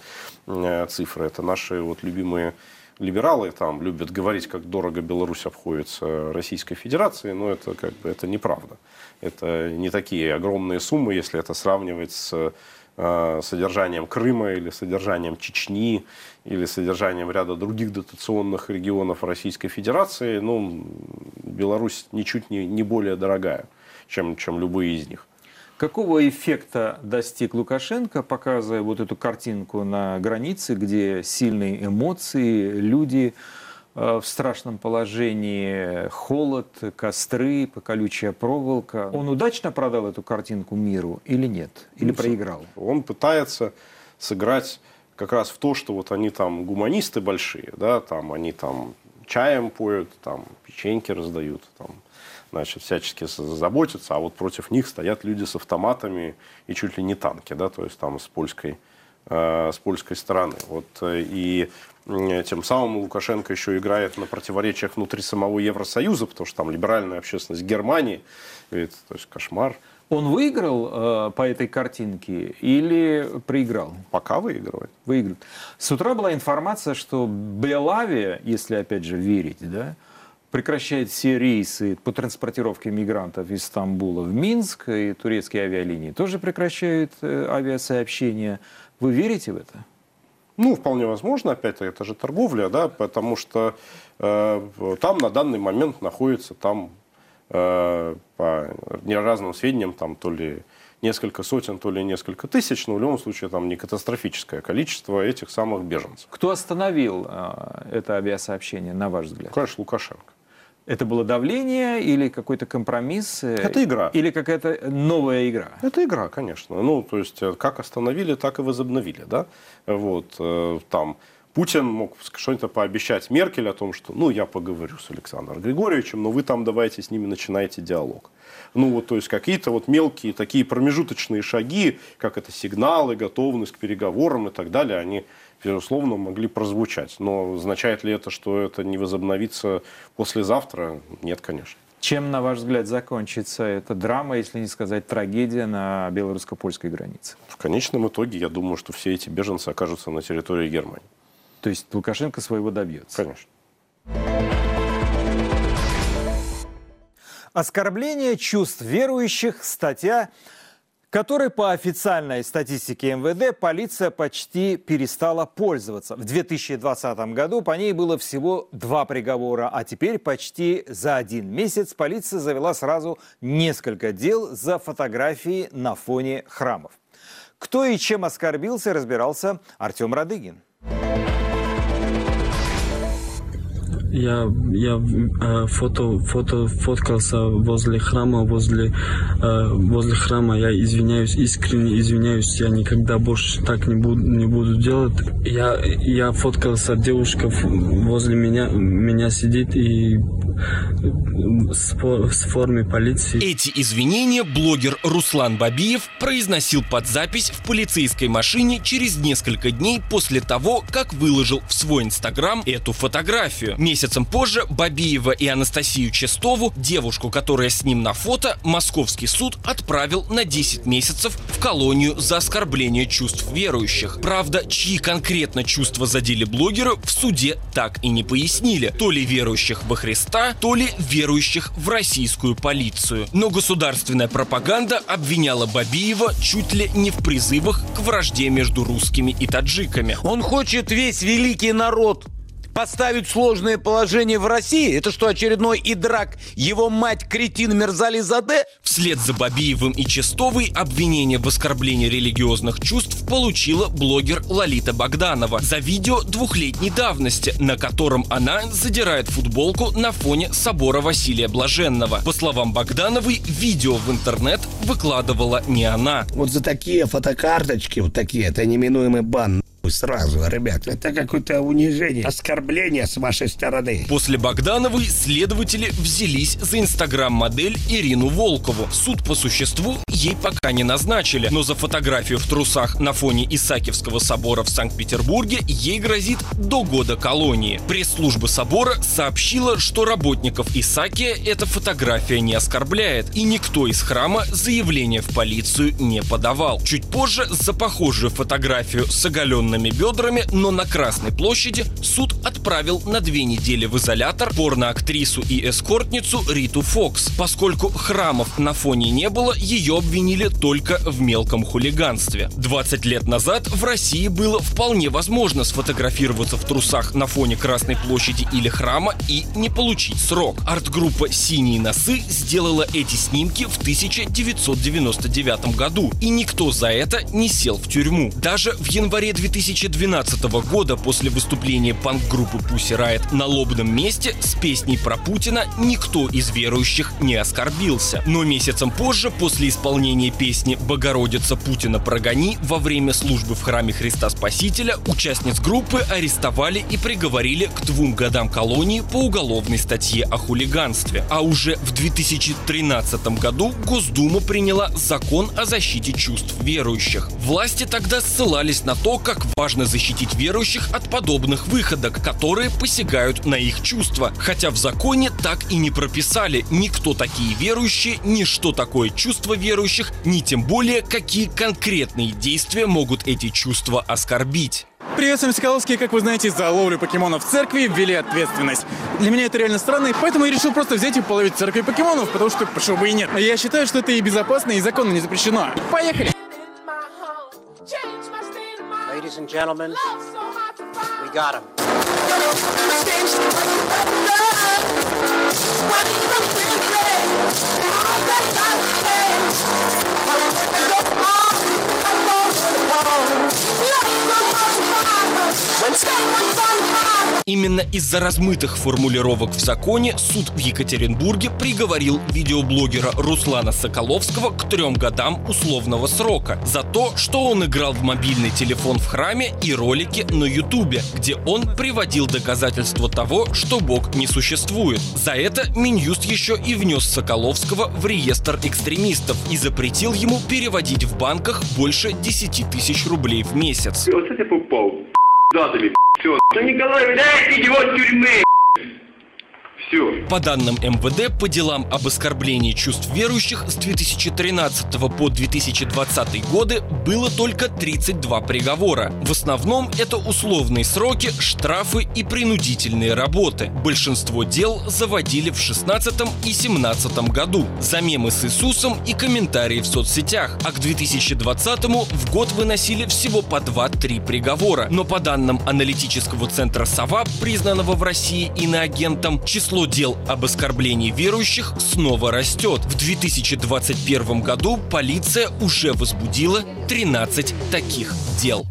цифры. Это наши вот любимые либералы там любят говорить, как дорого Беларусь обходится Российской Федерации. Но это как бы это неправда. Это не такие огромные суммы, если это сравнивать с э, содержанием Крыма или содержанием Чечни или содержанием ряда других дотационных регионов Российской Федерации. Ну, Беларусь ничуть не, не более дорогая, чем, чем любые из них. Какого эффекта достиг Лукашенко, показывая вот эту картинку на границе, где сильные эмоции, люди э, в страшном положении, холод, костры, колючая проволока? Он удачно продал эту картинку миру или нет? Или ну, проиграл? Он пытается сыграть как раз в то, что вот они там гуманисты большие, да, там они там чаем поют, там печеньки раздают, там, значит, всячески заботятся, а вот против них стоят люди с автоматами и чуть ли не танки, да, то есть там с польской, э, с польской стороны. Вот, и э, тем самым Лукашенко еще играет на противоречиях внутри самого Евросоюза, потому что там либеральная общественность Германии, говорит, то есть кошмар. Он выиграл э, по этой картинке или проиграл? Пока выигрывает. Выигрывает. С утра была информация, что Белавия, если опять же верить, да, прекращает все рейсы по транспортировке мигрантов из Стамбула в Минск, и турецкие авиалинии тоже прекращают э, авиасообщения. Вы верите в это? Ну, вполне возможно, опять-таки, это же торговля, да, потому что э, там на данный момент находится там э, по разным сведениям, там то ли несколько сотен, то ли несколько тысяч, но в любом случае там не катастрофическое количество этих самых беженцев. Кто остановил э, это авиасообщение, на ваш взгляд? Конечно, Лукашенко. Это было давление или какой-то компромисс? Это игра. Или какая-то новая игра? Это игра, конечно. Ну, то есть, как остановили, так и возобновили, да. Вот, э, там Путин мог что-нибудь пообещать Меркель о том, что, ну, я поговорю с Александром Григорьевичем, но вы там давайте с ними начинайте диалог. Ну, вот, то есть, какие-то вот мелкие такие промежуточные шаги, как это сигналы, готовность к переговорам и так далее, они, безусловно, могли прозвучать. Но означает ли это, что это не возобновится послезавтра? Нет, конечно. Чем, на ваш взгляд, закончится эта драма, если не сказать трагедия, на белорусско-польской границе? В конечном итоге, я думаю, что все эти беженцы окажутся на территории Германии. То есть Лукашенко своего добьется? Конечно. Оскорбление чувств верующих. Статья которой по официальной статистике эм вэ дэ полиция почти перестала пользоваться. В две тысячи двадцатом году по ней было всего два приговора, а теперь почти за один месяц полиция завела сразу несколько дел за фотографии на фоне храмов. Кто и чем оскорбился, разбирался Артем Радыгин. Я, я э, фото, фото, фоткался возле храма, возле, э, возле храма. Я извиняюсь, искренне извиняюсь. Я никогда больше так не буду, не буду делать. Я, я фоткался, девушка возле меня, меня сидит и с, с формой полиции. Эти извинения блогер Руслан Бабиев произносил под запись в полицейской машине через несколько дней после того, как выложил в свой инстаграм эту фотографию. Месяцем позже Бабиева и Анастасию Честову, девушку, которая с ним на фото, московский суд отправил на десять месяцев в колонию за оскорбление чувств верующих. Правда, чьи конкретно чувства задели блогера, в суде так и не пояснили. То ли верующих во Христа, то ли верующих в российскую полицию. Но государственная пропаганда обвиняла Бабиева чуть ли не в призывах к вражде между русскими и таджиками. Он хочет весь великий народ поставить в сложное положение в России? Это что, очередной идрак, его мать кретин Мерзализаде? Вслед за Бабиевым и Честовой обвинение в оскорблении религиозных чувств получила блогер Лолита Богданова за видео двухлетней давности, на котором она задирает футболку на фоне собора Василия Блаженного. По словам Богдановой, видео в интернет выкладывала не она. Вот за такие фотокарточки, вот такие, это неминуемый бан. Сразу, ребят, это какое-то унижение, оскорбление с вашей стороны. После Богдановой следователи взялись за инстаграм-модель Ирину Волкову. Суд по существу ей пока не назначили, но за фотографию в трусах на фоне Исаакиевского собора в Санкт-Петербурге ей грозит до года колонии. Пресс-служба собора сообщила, что работников Исаакия эта фотография не оскорбляет, и никто из храма заявление в полицию не подавал. Чуть позже за похожую фотографию с оголенными бедрами, но на Красной площади, суд отправил на две недели в изолятор порноактрису и эскортницу Риту Фокс. Поскольку храмов на фоне не было, ее обвинили только в мелком хулиганстве. двадцать лет назад в России было вполне возможно сфотографироваться в трусах на фоне Красной площади или храма и не получить срок. Арт-группа «Синие носы» сделала эти снимки в тысяча девятьсот девяносто девятом году, и никто за это не сел в тюрьму. Даже в январе две тысячи двенадцатого года после выступления панк-группы Pussy Riot на Лобном месте с песней про Путина никто из верующих не оскорбился. Но месяцем позже, после исполнения песни «Богородица, Путина прогони» во время службы в храме Христа Спасителя, участниц группы арестовали и приговорили к двум годам колонии по уголовной статье о хулиганстве. А уже в две тысячи тринадцатом году Госдума приняла закон о защите чувств верующих. Власти тогда ссылались на то, как важно защитить верующих от подобных выходок, которые посягают на их чувства. Хотя в законе так и не прописали ни кто такие верующие, ни что такое чувство верующих, ни тем более какие конкретные действия могут эти чувства оскорбить. Приветствуем, Соколовские. Как вы знаете, за ловлю покемонов в церкви ввели ответственность. Для меня это реально странно, поэтому я решил просто взять и половить в церкви покемонов, потому что почему бы и нет. Я считаю, что это и безопасно, и законно не запрещено. Поехали! Ladies and gentlemen, we got him. Именно из-за размытых формулировок в законе суд в Екатеринбурге приговорил видеоблогера Руслана Соколовского к трем годам условного срока за то, что он играл в мобильный телефон в храме и ролики на Ютубе, где он приводил доказательства того, что Бог не существует. За это Минюст еще и внес Соколовского в реестр экстремистов и запретил ему переводить в банках больше десяти тысяч рублей в месяц. Вот это попал, задали, все. Ну, Николай, дайте его в тюрьмы. Все. По данным эм вэ дэ, по делам об оскорблении чувств верующих с две тысячи тринадцатого по две тысячи двадцатый годы было только тридцать два приговора. В основном это условные сроки, штрафы и принудительные работы. Большинство дел заводили в шестнадцатом и семнадцатом году за мемы с Иисусом и комментарии в соцсетях, а к две тысячи двадцатому в год выносили всего по два-три приговора. Но по данным аналитического центра «Сова», признанного в России иноагентом, число дел об оскорблении верующих снова растет. В две тысячи двадцать первом году полиция уже возбудила тринадцать таких дел.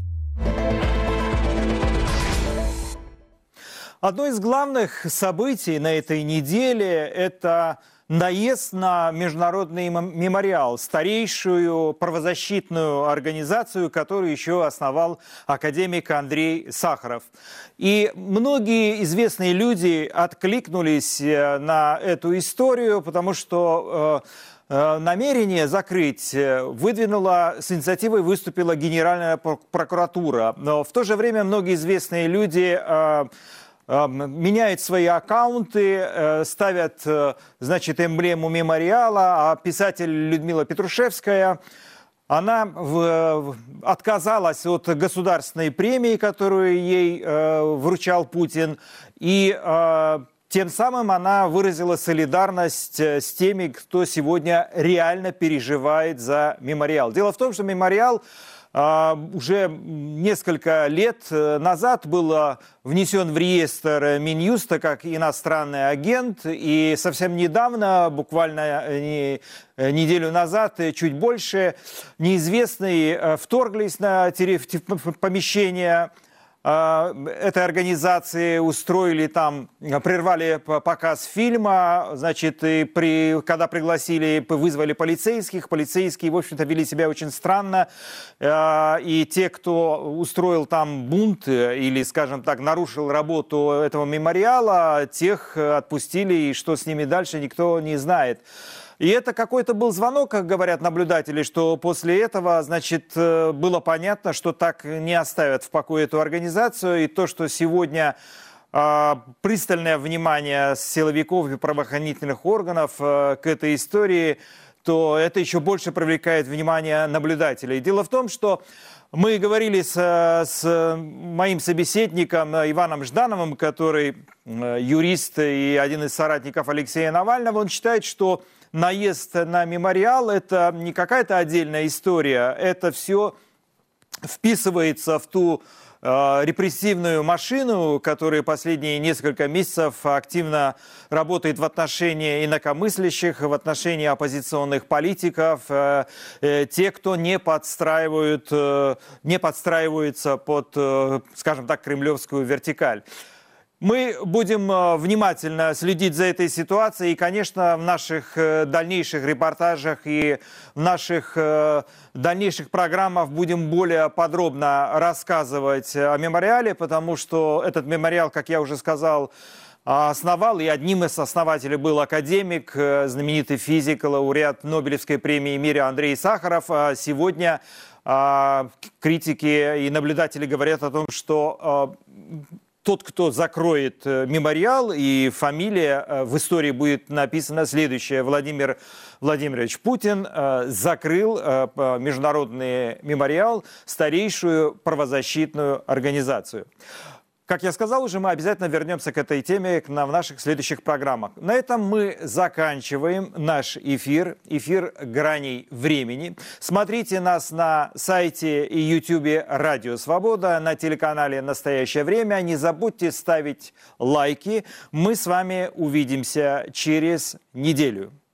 Одно из главных событий на этой неделе – это наезд на Международный мемориал, старейшую правозащитную организацию, которую еще основал академик Андрей Сахаров. И многие известные люди откликнулись на эту историю, потому что э, намерение закрыть выдвинула, с инициативой выступила Генеральная прокуратура. Но в то же время многие известные люди э, меняют свои аккаунты, ставят, значит, эмблему мемориала, а писатель Людмила Петрушевская, она в, отказалась от государственной премии, которую ей э, вручал Путин, и э, тем самым она выразила солидарность с теми, кто сегодня реально переживает за мемориал. Дело в том, что мемориал Uh, уже несколько лет назад был внесен в реестр Минюста как иностранный агент, и совсем недавно, буквально не, неделю назад, чуть больше, неизвестные вторглись на помещение этой организации, устроили там, прервали показ фильма, значит, и при, когда пригласили, вызвали полицейских, полицейские, в общем-то, вели себя очень странно, и те, кто устроил там бунт или, скажем так, нарушил работу этого мемориала, тех отпустили, и что с ними дальше, никто не знает. И это какой-то был звонок, как говорят наблюдатели, что после этого, значит, было понятно, что так не оставят в покое эту организацию. И то, что сегодня э, пристальное внимание силовиков и правоохранительных органов э, к этой истории, то это еще больше привлекает внимание наблюдателей. Дело в том, что мы говорили с, с моим собеседником Иваном Ждановым, который юрист и один из соратников Алексея Навального. Он считает, что наезд на мемориал – это не какая-то отдельная история, это все вписывается в ту э, репрессивную машину, которая последние несколько месяцев активно работает в отношении инакомыслящих, в отношении оппозиционных политиков, э, э, те, кто не подстраивают, э, не подстраиваются под, э, скажем так, кремлевскую вертикаль. Мы будем внимательно следить за этой ситуацией и, конечно, в наших дальнейших репортажах и в наших дальнейших программах будем более подробно рассказывать о мемориале, потому что этот мемориал, как я уже сказал, основал, и одним из основателей был академик, знаменитый физик, лауреат Нобелевской премии мира Андрей Сахаров. А сегодня критики и наблюдатели говорят о том, что тот, кто закроет мемориал, и фамилия в истории будет написана следующая: Владимир Владимирович Путин закрыл Международный мемориал, старейшую правозащитную организацию. Как я сказал уже, мы обязательно вернемся к этой теме в наших следующих программах. На этом мы заканчиваем наш эфир, эфир «Граней времени». Смотрите нас на сайте и ютубе «Радио Свобода», на телеканале «Настоящее время». Не забудьте ставить лайки. Мы с вами увидимся через неделю.